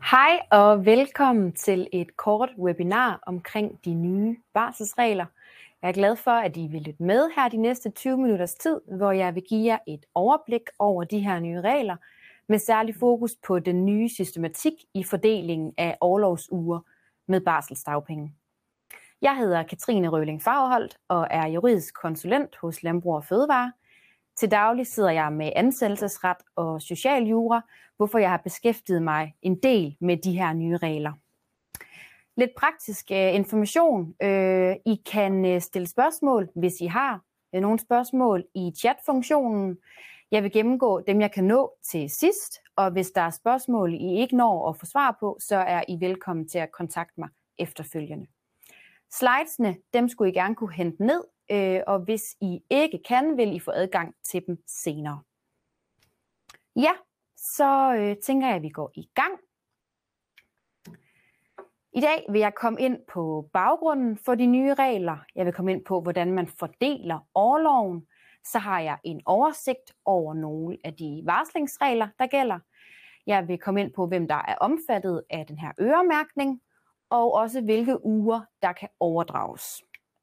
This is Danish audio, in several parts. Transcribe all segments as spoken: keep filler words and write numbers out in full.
Hej og velkommen til et kort webinar omkring de nye barselsregler. Jeg er glad for, at I vil lytte med her de næste tyve minutters tid, hvor jeg vil give jer et overblik over de her nye regler, med særlig fokus på den nye systematik i fordelingen af orlovsuger med barselsdagpenge. Jeg hedder Katrine Røling Fagerholt og er juridisk konsulent hos Landbrug og Fødevare. Til daglig sidder jeg med ansættelsesret og socialjura, hvorfor jeg har beskæftiget mig en del med de her nye regler. Lidt praktisk uh, information. Uh, I kan uh, stille spørgsmål, hvis I har uh, nogle spørgsmål i chatfunktionen. Jeg vil gennemgå dem, jeg kan nå til sidst, og hvis der er spørgsmål, I ikke når at få svar på, så er I velkommen til at kontakte mig efterfølgende. Slidesene, dem skulle I gerne kunne hente ned, øh, og hvis I ikke kan, vil I få adgang til dem senere. Ja, så øh, tænker jeg, at vi går i gang. I dag vil jeg komme ind på baggrunden for de nye regler. Jeg vil komme ind på, hvordan man fordeler orloven. Så har jeg en oversigt over nogle af de varslingsregler, der gælder. Jeg vil komme ind på, hvem der er omfattet af den her øremærkning, og også hvilke uger, der kan overdrages.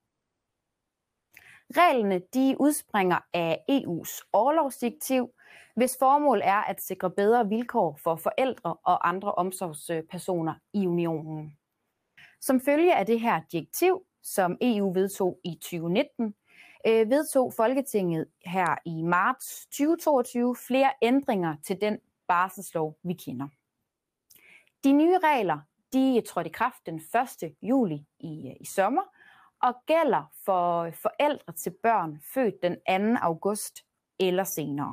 Reglerne de udspringer af E U's orlovsdirektiv, hvis formål er at sikre bedre vilkår for forældre og andre omsorgspersoner i unionen. Som følge af det her direktiv, som E U vedtog i tyve nitten, øh, vedtog Folketinget her i marts tyve toogtyve flere ændringer til den barselslov, vi kender. De nye regler de trådte i kraft den første juli i, i sommer og gælder for forældre til børn født den anden august eller senere.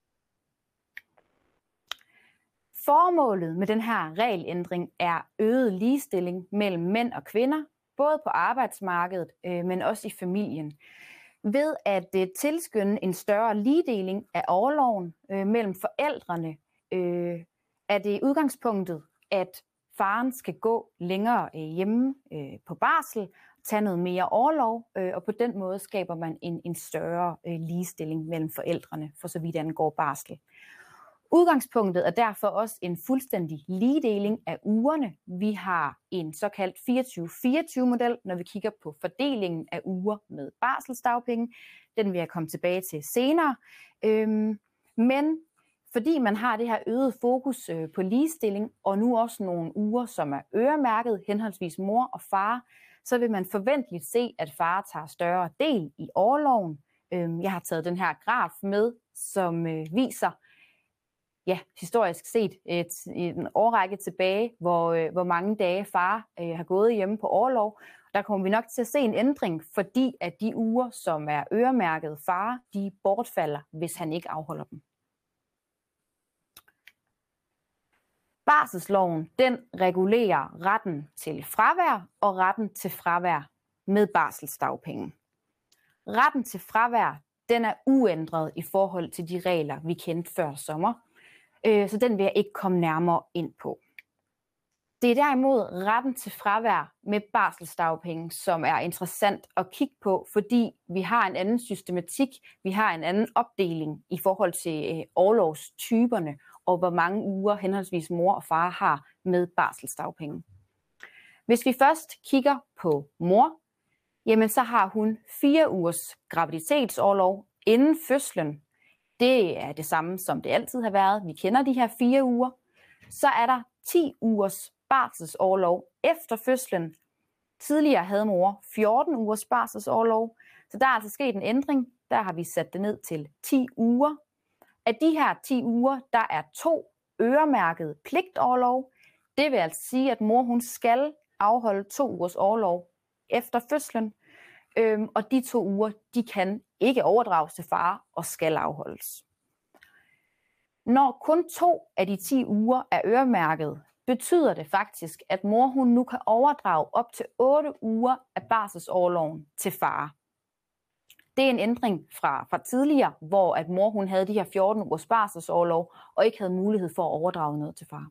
Formålet med den her regelændring er øget ligestilling mellem mænd og kvinder, både på arbejdsmarkedet, øh, men også i familien, ved at øh, tilskynde en større ligedeling af orloven øh, mellem forældrene. Øh, er det udgangspunktet, at faren skal gå længere øh, hjemme øh, på barsel, tage noget mere orlov, øh, og på den måde skaber man en, en større øh, ligestilling mellem forældrene, for så vidt angår barsel. Udgangspunktet er derfor også en fuldstændig ligedeling af ugerne. Vi har en såkaldt fireogtyve fireogtyve model, når vi kigger på fordelingen af uger med barselsdagpenge. Den vil jeg komme tilbage til senere. Øhm, men fordi man har det her øget fokus øh, på ligestilling, og nu også nogle uger, som er øremærket, henholdsvis mor og far, så vil man forventeligt se, at far tager større del i orloven. Øhm, jeg har taget den her graf med, som øh, viser, ja, historisk set et, en årrække tilbage, hvor, øh, hvor mange dage far øh, har gået hjemme på orlov. Der kommer vi nok til at se en ændring, fordi at de uger, som er øremærket far, de bortfalder, hvis han ikke afholder dem. Barselsloven den regulerer retten til fravær og retten til fravær med barselsdagpenge. Retten til fravær den er uændret i forhold til de regler, vi kendte før sommer, så den vil jeg ikke komme nærmere ind på. Det er derimod retten til fravær med barselsdagpenge, som er interessant at kigge på, fordi vi har en anden systematik, vi har en anden opdeling i forhold til orlovstyperne, og hvor mange uger henholdsvis mor og far har med barselsdagpenge. Hvis vi først kigger på mor, jamen så har hun fire ugers graviditetsorlov inden fødslen. Det er det samme, som det altid har været. Vi kender de her fire uger. Så er der ti ugers barselsorlov efter fødslen. Tidligere havde mor fjorten ugers barselsorlov, så der er altså sket en ændring. Der har vi sat det ned til ti uger. Af de her ti uger, der er to øremærkede pligtorlov. Det vil altså sige, at mor hun skal afholde to ugers orlov efter fødslen. Øhm, og de to uger, de kan ikke overdrages til far og skal afholdes. Når kun to af de ti uger er øremærket, betyder det faktisk, at mor hun nu kan overdrage op til otte uger af barselsorloven til far. Det er en ændring fra, fra tidligere, hvor at mor hun havde de her fjorten ugers barselsorlov og ikke havde mulighed for at overdrage noget til far.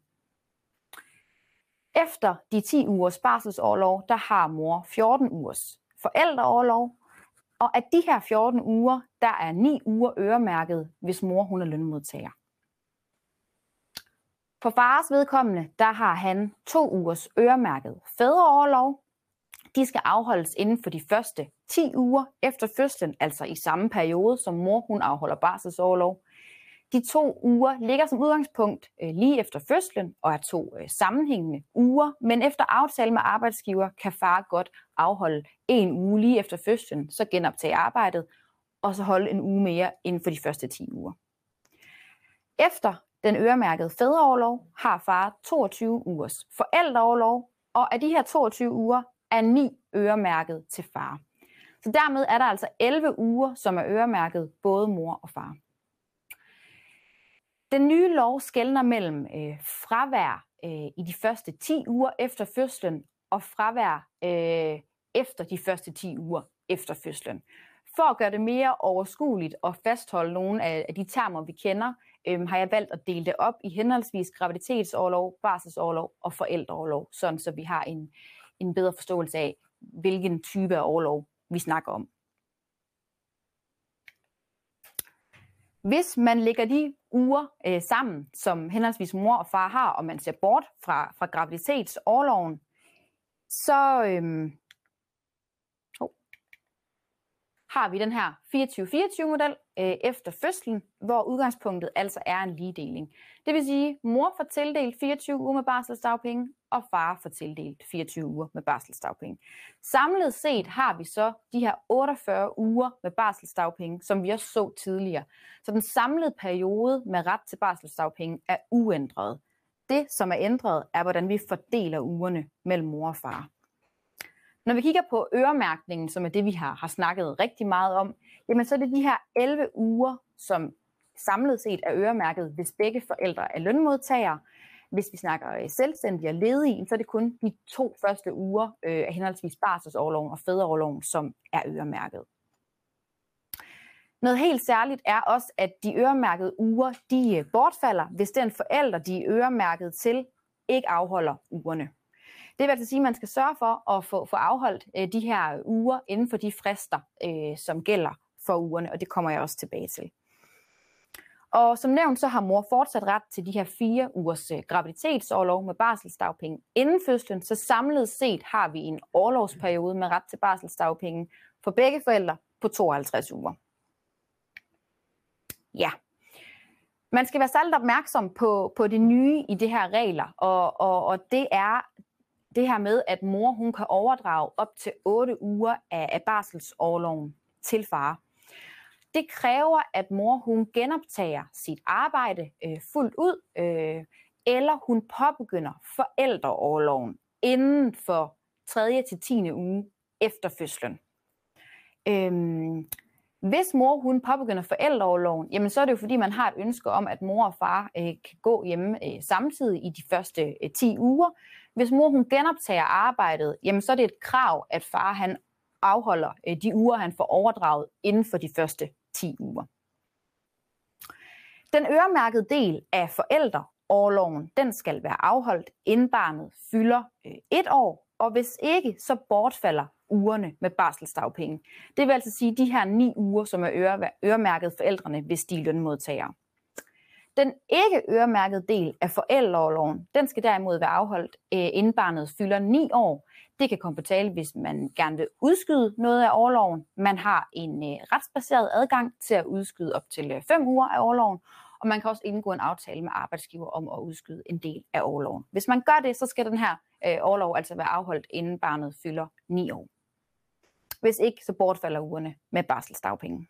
Efter de ti ugers barselsorlov, der har mor fjorten ugers forældreorlov, og af de her fjorten uger, der er ni uger øremærket, hvis mor hun er lønmodtager. For fars vedkommende, der har han to ugers øremærket fædreorlov. De skal afholdes inden for de første ti uger efter fødslen, altså i samme periode, som mor hun afholder barselsorlov. De to uger ligger som udgangspunkt øh, lige efter fødslen og er to øh, sammenhængende uger, men efter aftale med arbejdsgiver kan far godt afholde en uge lige efter fødslen, så genoptage arbejdet og så holde en uge mere inden for de første ti uger. Efter den øremærkede fædreorlov har far toogtyve ugers forældreorlov, og af de her toogtyve uger er ni øremærket til far. Så dermed er der altså elleve uger, som er øremærket både mor og far. Den nye lov skelner mellem øh, fravær øh, i de første ti uger efter fødslen og fravær øh, efter de første ti uger efter fødslen. For at gøre det mere overskueligt og fastholde nogle af, af de termer, vi kender, øh, har jeg valgt at dele det op i henholdsvis graviditetsorlov, barselsorlov og forældreorlov, sådan så vi har en, en bedre forståelse af, hvilken type af orlov vi snakker om. Hvis man lægger de uger øh, sammen, som henholdsvis mor og far har, og man ser bort fra, fra graviditetsorloven, så øh, oh, har vi den her fireogtyve fireogtyve model øh, efter fødslen, hvor udgangspunktet altså er en ligedeling. Det vil sige, at mor får tildelt fireogtyve uger med barselsdagpenge, og far får tildelt fireogtyve uger med barselsdagpenge. Samlet set har vi så de her otteogfyrre uger med barselsdagpenge, som vi også så tidligere. Så den samlede periode med ret til barselsdagpenge er uændret. Det, som er ændret, er, hvordan vi fordeler ugerne mellem mor og far. Når vi kigger på øremærkningen, som er det, vi har, har snakket rigtig meget om, jamen så er det de her elleve uger, som samlet set er øremærket, hvis begge forældre er lønmodtagere. Hvis vi snakker selvstændige og ledige, så er det kun de to første uger øh, af henholdsvis barselsorloven og fædreorloven, som er øremærket. Noget helt særligt er også, at de øremærkede uger, de bortfalder, hvis den forælder, de er øremærket til, ikke afholder ugerne. Det vil altså sige, at man skal sørge for at få, få afholdt øh, de her uger inden for de frister, øh, som gælder for ugerne, og det kommer jeg også tilbage til. Og som nævnt, så har mor fortsat ret til de her fire ugers øh, graviditetsorlov med barselsdagpenge inden fødslen, så samlet set har vi en orlovsperiode med ret til barselsdagpenge for begge forældre på tooghalvtreds uger. Ja, man skal være særligt opmærksom på, på det nye i det her regler, og, og, og det er det her med, at mor hun kan overdrage op til otte uger af, af barselsorloven til far. Det kræver, at mor hun genoptager sit arbejde øh, fuldt ud, øh, eller hun påbegynder forældreorloven inden for tredje til tiende uge efter fødslen. Øhm, hvis mor hun påbegynder forældreorloven, jamen så er det jo fordi, man har et ønske om, at mor og far øh, kan gå hjemme øh, samtidig i de første øh, ti uger. Hvis mor hun genoptager arbejdet, jamen så er det et krav, at far han afholder øh, de uger, han får overdraget inden for de første ti uger. Den øremærkede del af forældreorloven, den skal være afholdt, inden barnet fylder øh, et år, og hvis ikke, så bortfalder ugerne med barselsdagpenge. Det vil altså sige de her ni uger, som er øre, øremærket forældrene, hvis de er lønmodtagere. Den ikke øremærkede del af forældreorloven, den skal derimod være afholdt, øh, inden barnet fylder ni år. Det kan komme på tale, hvis man gerne vil udskyde noget af orloven. Man har en øh, retsbaseret adgang til at udskyde op til øh, fem uger af orloven, og man kan også indgå en aftale med arbejdsgiver om at udskyde en del af orloven. Hvis man gør det, så skal den her øh, orlov altså være afholdt, inden barnet fylder ni år. Hvis ikke, så bortfalder ugerne med barselsdagpenge.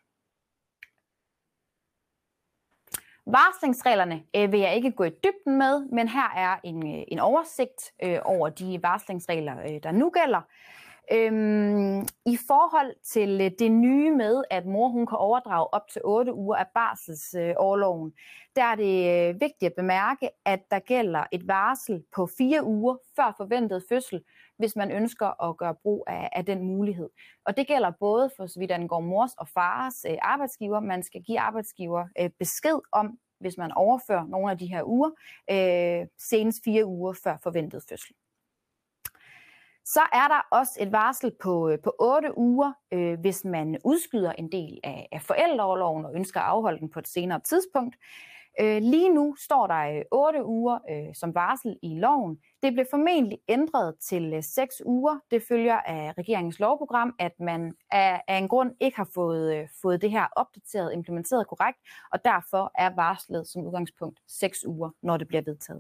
Varslingsreglerne øh, vil jeg ikke gå i dybden med, men her er en, øh, en oversigt øh, over de varslingsregler, øh, der nu gælder. Øhm, I forhold til øh, det nye med, at mor hun kan overdrage op til otte uger af barselsorloven, der er det øh, vigtigt at bemærke, at der gælder et varsel på fire uger før forventet fødsel, hvis man ønsker at gøre brug af, af den mulighed. Og det gælder både for så vidt angår mors og fars øh, arbejdsgiver. Man skal give arbejdsgiver øh, besked om, hvis man overfører nogle af de her uger, øh, senest fire uger før forventet fødsel. Så er der også et varsel på, på otte uger, øh, hvis man udskyder en del af, af forældreorloven og ønsker at afholde den på et senere tidspunkt. Øh, lige nu står der øh, otte uger øh, som varsel i loven. Det blev formentlig ændret til øh, seks uger. Det følger af regeringens lovprogram, at man af, af en grund ikke har fået, øh, fået det her opdateret, implementeret korrekt, og derfor er varslet som udgangspunkt seks uger, når det bliver vedtaget.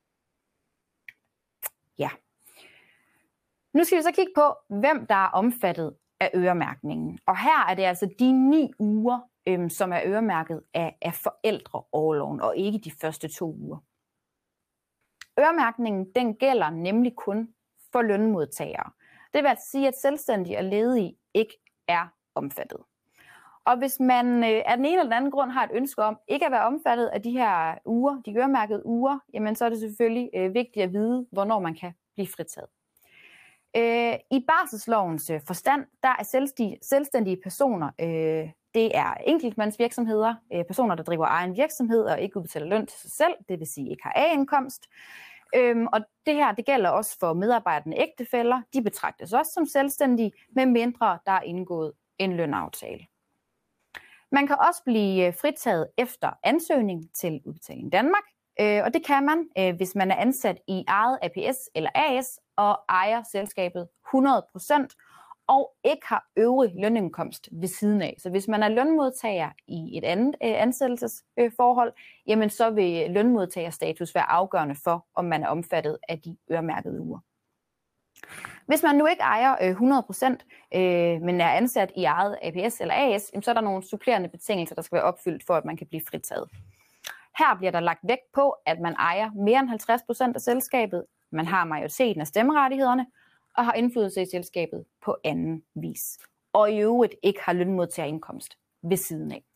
Ja. Nu skal vi så kigge på, hvem der er omfattet af øremærkningen. Og her er det altså de ni uger, øhm, som er øremærket af, af forældreorloven, og ikke de første to uger. Øremærkningen den gælder nemlig kun for lønmodtagere. Det vil altså sige, at selvstændige og ledige ikke er omfattet. Og hvis man øh, af den ene eller den anden grund har et ønske om ikke at være omfattet af de her uger, de øremærkede uger, jamen så er det selvfølgelig øh, vigtigt at vide, hvornår man kan blive fritaget. Øh, I barselslovens øh, forstand, der er selvstændige, selvstændige personer, øh, det er enkeltmandsvirksomheder, øh, personer, der driver egen virksomhed og ikke udbetaler løn til sig selv, det vil sige ikke har A-indkomst. Øhm, og det her, det gælder også for medarbejdende ægtefæller. De betragtes også som selvstændige, med mindre der er indgået en lønaftale. Man kan også blive fritaget efter ansøgning til Udbetaling Danmark, øh, og det kan man, øh, hvis man er ansat i eget A P S eller A S og ejer selskabet hundrede procent og ikke har øvrig lønindkomst ved siden af. Så hvis man er lønmodtager i et andet øh, ansættelsesforhold, jamen så vil lønmodtagerstatus være afgørende for, om man er omfattet af de øremærkede uger. Hvis man nu ikke ejer øh, hundrede procent, øh, men er ansat i eget A P S eller A S, så er der nogle supplerende betingelser, der skal være opfyldt for, at man kan blive fritaget. Her bliver der lagt vægt på, at man ejer mere end halvtreds procent af selskabet, man har majoriteten af stemmerettighederne, og har indflydelse i selskabet på anden vis. Og i øvrigt ikke har lønmodtagerindkomst ved siden af.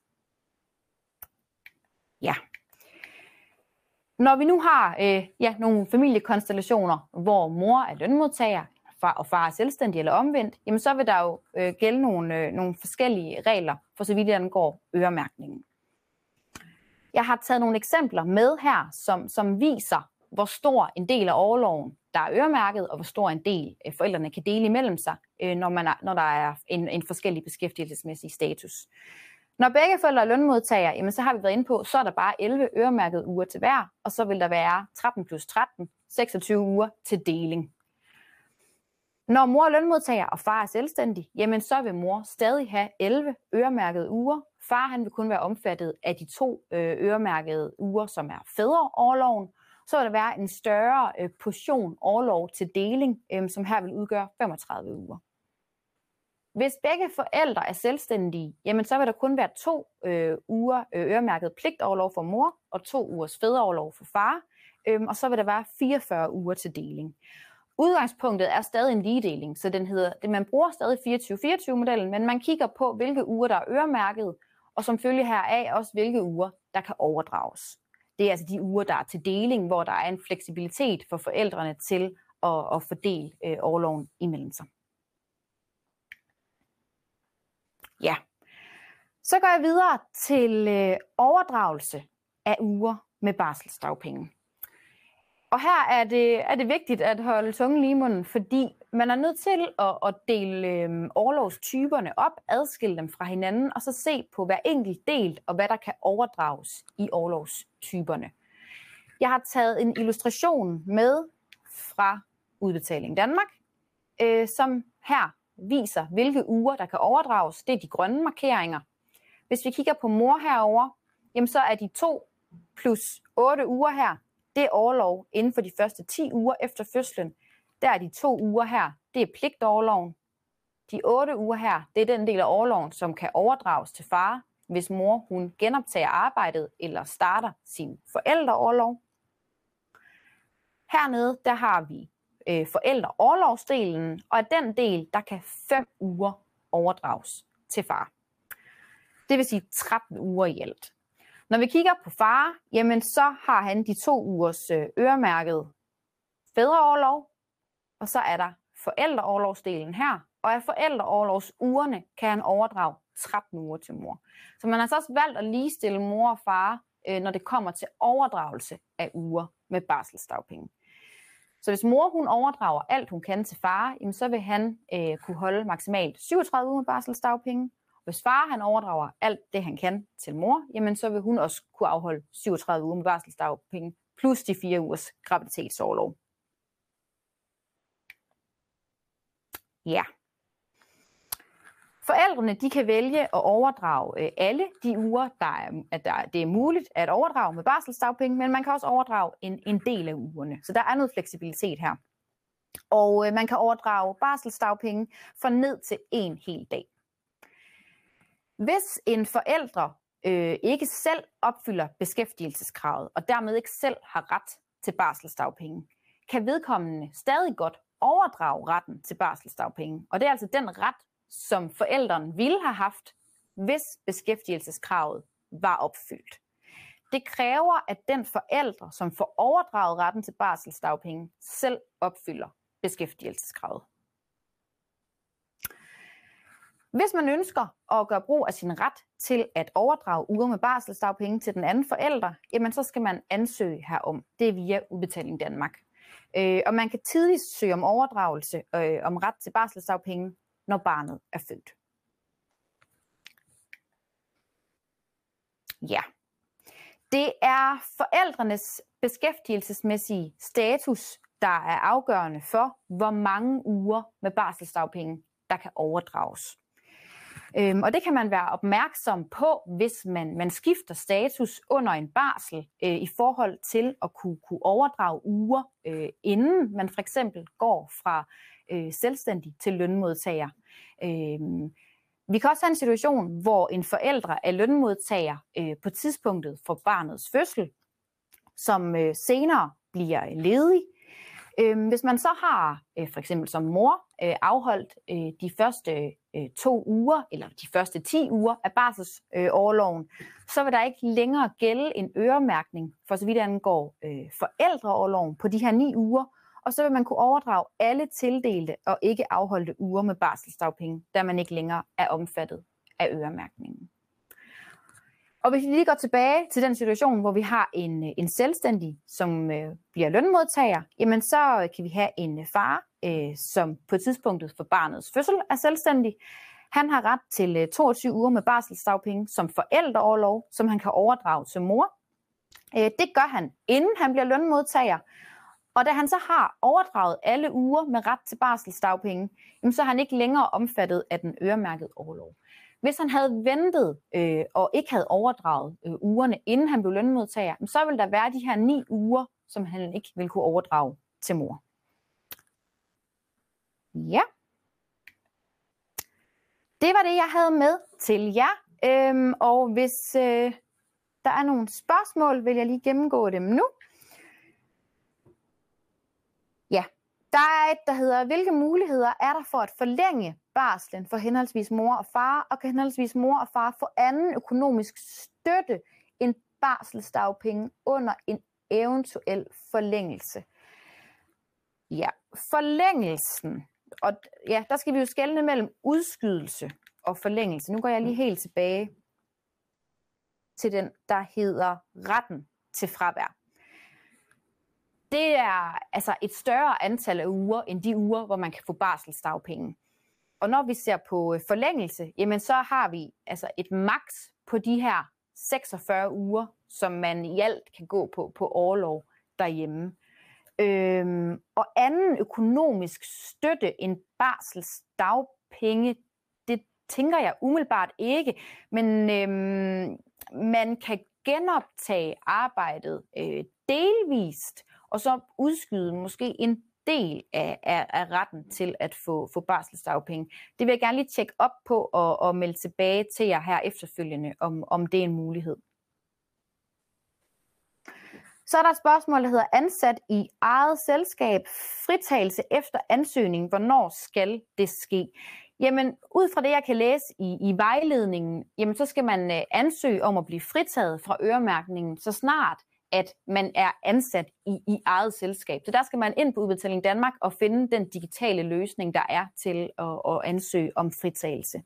Ja. Når vi nu har øh, ja, nogle familiekonstellationer, hvor mor er lønmodtager, far og far er selvstændig eller omvendt, jamen så vil der jo øh, gælde nogle, øh, nogle forskellige regler, for så vidt angår øremærkningen. Jeg har taget nogle eksempler med her, som, som viser, hvor stor en del af orloven, der er øremærket, og hvor stor en del øh, forældrene kan dele imellem sig, øh, når, man er, når der er en, en forskellig beskæftigelsesmæssig status. Når begge forældre er lønmodtagere, jamen så har vi været inde på, så er der bare elleve øremærkede uger til hver, og så vil der være tretten plus tretten, seksogtyve uger til deling. Når mor er lønmodtager og far er selvstændig, jamen så vil mor stadig have elleve øremærkede uger. Far han vil kun være omfattet af de to øremærkede uger, som er fædreorloven. Så vil der være en større øh, portion orlov til deling, øh, som her vil udgøre femogtredive uger. Hvis begge forældre er selvstændige, jamen så vil der kun være to øh, uger øh, øremærket pligtorlov for mor og to ugers fædreorlov for far, øh, og så vil der være fireogfyrre uger til deling. Udgangspunktet er stadig en ligedeling, så den hedder, det, man bruger stadig fireogtyve fireogtyve-modellen, men man kigger på, hvilke uger der er øremærket, og som følge heraf også, hvilke uger der kan overdrages. Det er altså de uger, der er til deling, hvor der er en fleksibilitet for forældrene til at, at fordele øh, orloven imellem sig. Ja, så går jeg videre til øh, overdragelse af uger med barselsdagpenge. Og her er det, er det vigtigt at holde tungen lige i munden, fordi man er nødt til at, at dele øh, orlovstyperne op, adskille dem fra hinanden, og så se på hver enkelt del, og hvad der kan overdrages i orlovstyperne. Jeg har taget en illustration med fra Udbetaling Danmark, øh, som her viser, hvilke uger der kan overdrages. Det er de grønne markeringer. Hvis vi kigger på mor herover, jamen så er de to plus otte uger her, det er orlov inden for de første ti uger efter fødslen. Der er de to uger her, det er pligtorloven. De otte uger her, det er den del af orloven, som kan overdrages til far, hvis mor hun genoptager arbejdet eller starter sin forældreorlov. Hernede, der har vi øh, forældreorlovsdelen, og af den del, der kan fem uger overdrages til far. Det vil sige tretten uger i alt. Når vi kigger på far, jamen så har han de to ugers øremærket fædreorlov, og så er der forældreorlovsdelen her, og af forældreorlovsugerne kan han overdrage tretten uger til mor. Så man har så også valgt at ligestille mor og far, når det kommer til overdragelse af uger med barselsdagpenge. Så hvis mor hun overdrager alt hun kan til far, jamen så vil han øh, kunne holde maksimalt syvogtredive uger med barselsdagpenge, hvis far han overdrager alt det, han kan til mor, jamen så vil hun også kunne afholde syvogtredive uger med barselsdagpenge, plus de fire ugers graviditetsorlov. Ja. Forældrene de kan vælge at overdrage øh, alle de uger, der er, at der, det er muligt at overdrage med barselsdagpenge, men man kan også overdrage en, en del af ugerne. Så der er noget fleksibilitet her. Og øh, man kan overdrage barselsdagpenge for ned til en hel dag. Hvis en forælder øh, ikke selv opfylder beskæftigelseskravet, og dermed ikke selv har ret til barselsdagpenge, kan vedkommende stadig godt overdrage retten til barselsdagpenge. Og det er altså den ret, som forældren ville have haft, hvis beskæftigelseskravet var opfyldt. Det kræver, at den forælder, som får overdraget retten til barselsdagpenge, selv opfylder beskæftigelseskravet. Hvis man ønsker at gøre brug af sin ret til at overdrage uger med barselsdagpenge til den anden forælder, jamen så skal man ansøge herom. Det er via Udbetaling Danmark. Øh, og man kan tidligst søge om overdragelse øh, om ret til barselsdagpenge, når barnet er født. Ja. Det er forældrenes beskæftigelsesmæssige status, der er afgørende for, hvor mange uger med barselsdagpenge, der kan overdrages. Øhm, og det kan man være opmærksom på, hvis man, man skifter status under en barsel øh, i forhold til at kunne, kunne overdrage uger, øh, inden man for eksempel går fra øh, selvstændig til lønmodtager. Øh, vi kan også have en situation, hvor en forælder er lønmodtager øh, på tidspunktet for barnets fødsel, som øh, senere bliver ledig. Øh, hvis man så har, øh, for eksempel som mor, øh, afholdt øh, de første øh, to uger, eller de første ti uger af barselsorloven, øh, så vil der ikke længere gælde en øremærkning, for så vidt angår øh, forældreorloven på de her ni uger, og så vil man kunne overdrage alle tildelte og ikke afholdte uger med barselsdagpenge, da man ikke længere er omfattet af øremærkningen. Og hvis vi lige går tilbage til den situation, hvor vi har en, en selvstændig, som øh, bliver lønmodtager, jamen så kan vi have en far, øh, som på tidspunktet for barnets fødsel er selvstændig. Han har ret til øh, toogtyve uger med barselsdagpenge som forældreorlov, som han kan overdrage til mor. Øh, det gør han, inden han bliver lønmodtager. Og da han så har overdraget alle uger med ret til barselsdagpenge, jamen så er han ikke længere omfattet af den øremærkede orlov. Hvis han havde ventet øh, og ikke havde overdraget øh, ugerne, inden han blev lønmodtager, så ville der være de her ni uger, som han ikke ville kunne overdrage til mor. Ja. Det var det, jeg havde med til jer. Øhm, og hvis øh, der er nogle spørgsmål, vil jeg lige gennemgå dem nu. Ja, der er et, der hedder, hvilke muligheder er der for at forlænge barslen for henholdsvis mor og far, og kan henholdsvis mor og far få anden økonomisk støtte end barselsdagpenge under en eventuel forlængelse? Ja, forlængelsen, og ja, der skal vi jo skelne mellem udskydelse og forlængelse. Nu går jeg lige helt tilbage til den, der hedder retten til fravær. Det er altså et større antal af uger end de uger, hvor man kan få barselsdagpenge. Og når vi ser på forlængelse, jamen så har vi altså et maks på de her seksogfyrre uger, som man i alt kan gå på på orlov derhjemme. Øhm, og anden økonomisk støtte end barselsdagpenge, det tænker jeg umiddelbart ikke, men øhm, man kan genoptage arbejdet øh, delvist, og så udskyde måske en del af, af, af retten til at få, få barselsdagpenge. Det vil jeg gerne lige tjekke op på og, og melde tilbage til jer her efterfølgende, om, om det er en mulighed. Så er der et spørgsmål, der hedder ansat i eget selskab, fritagelse efter ansøgning. Hvornår skal det ske? Jamen, ud fra det, jeg kan læse i, i vejledningen, jamen, så skal man ansøge om at blive fritaget fra øremærkningen, så snart at man er ansat i, i eget selskab. Så der skal man ind på Udbetaling Danmark og finde den digitale løsning, der er til at, at ansøge om fritagelse.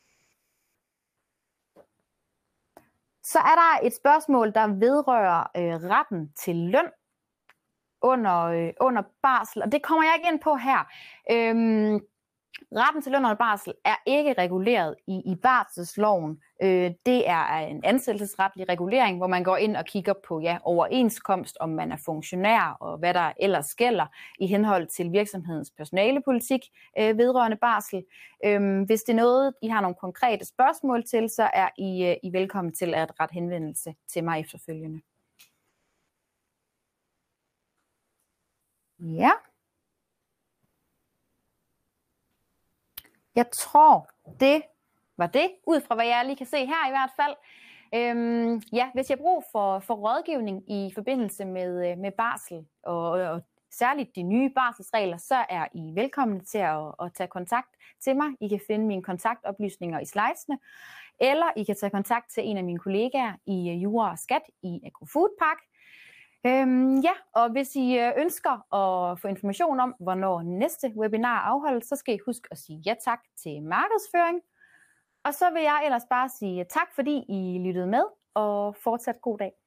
Så er der et spørgsmål, der vedrører øh, retten til løn under, øh, under barsel, og det kommer jeg ikke ind på her. Øhm, Retten til løn under barsel er ikke reguleret i, i barselsloven. Øh, det er en ansættelsesretlig regulering, hvor man går ind og kigger på ja, overenskomst, om man er funktionær og hvad der ellers gælder i henhold til virksomhedens personalepolitik øh, vedrørende barsel. Øh, hvis det er noget, I har nogle konkrete spørgsmål til, så er I, øh, I velkommen til at rette henvendelse til mig efterfølgende. Ja. Jeg tror, det var det, ud fra hvad jeg lige kan se her i hvert fald. Øhm, ja, hvis jeg har brug for, for rådgivning i forbindelse med, med barsel, og, og særligt de nye barselsregler, så er I velkomne til at, at tage kontakt til mig. I kan finde mine kontaktoplysninger i slidesene, eller I kan tage kontakt til en af mine kollegaer i Jura og Skat i AgroFoodPark. Øhm, ja, og hvis I ønsker at få information om, hvornår næste webinar afholdes, så skal I huske at sige ja tak til markedsføring. Og så vil jeg ellers bare sige tak, fordi I lyttede med, og fortsat god dag.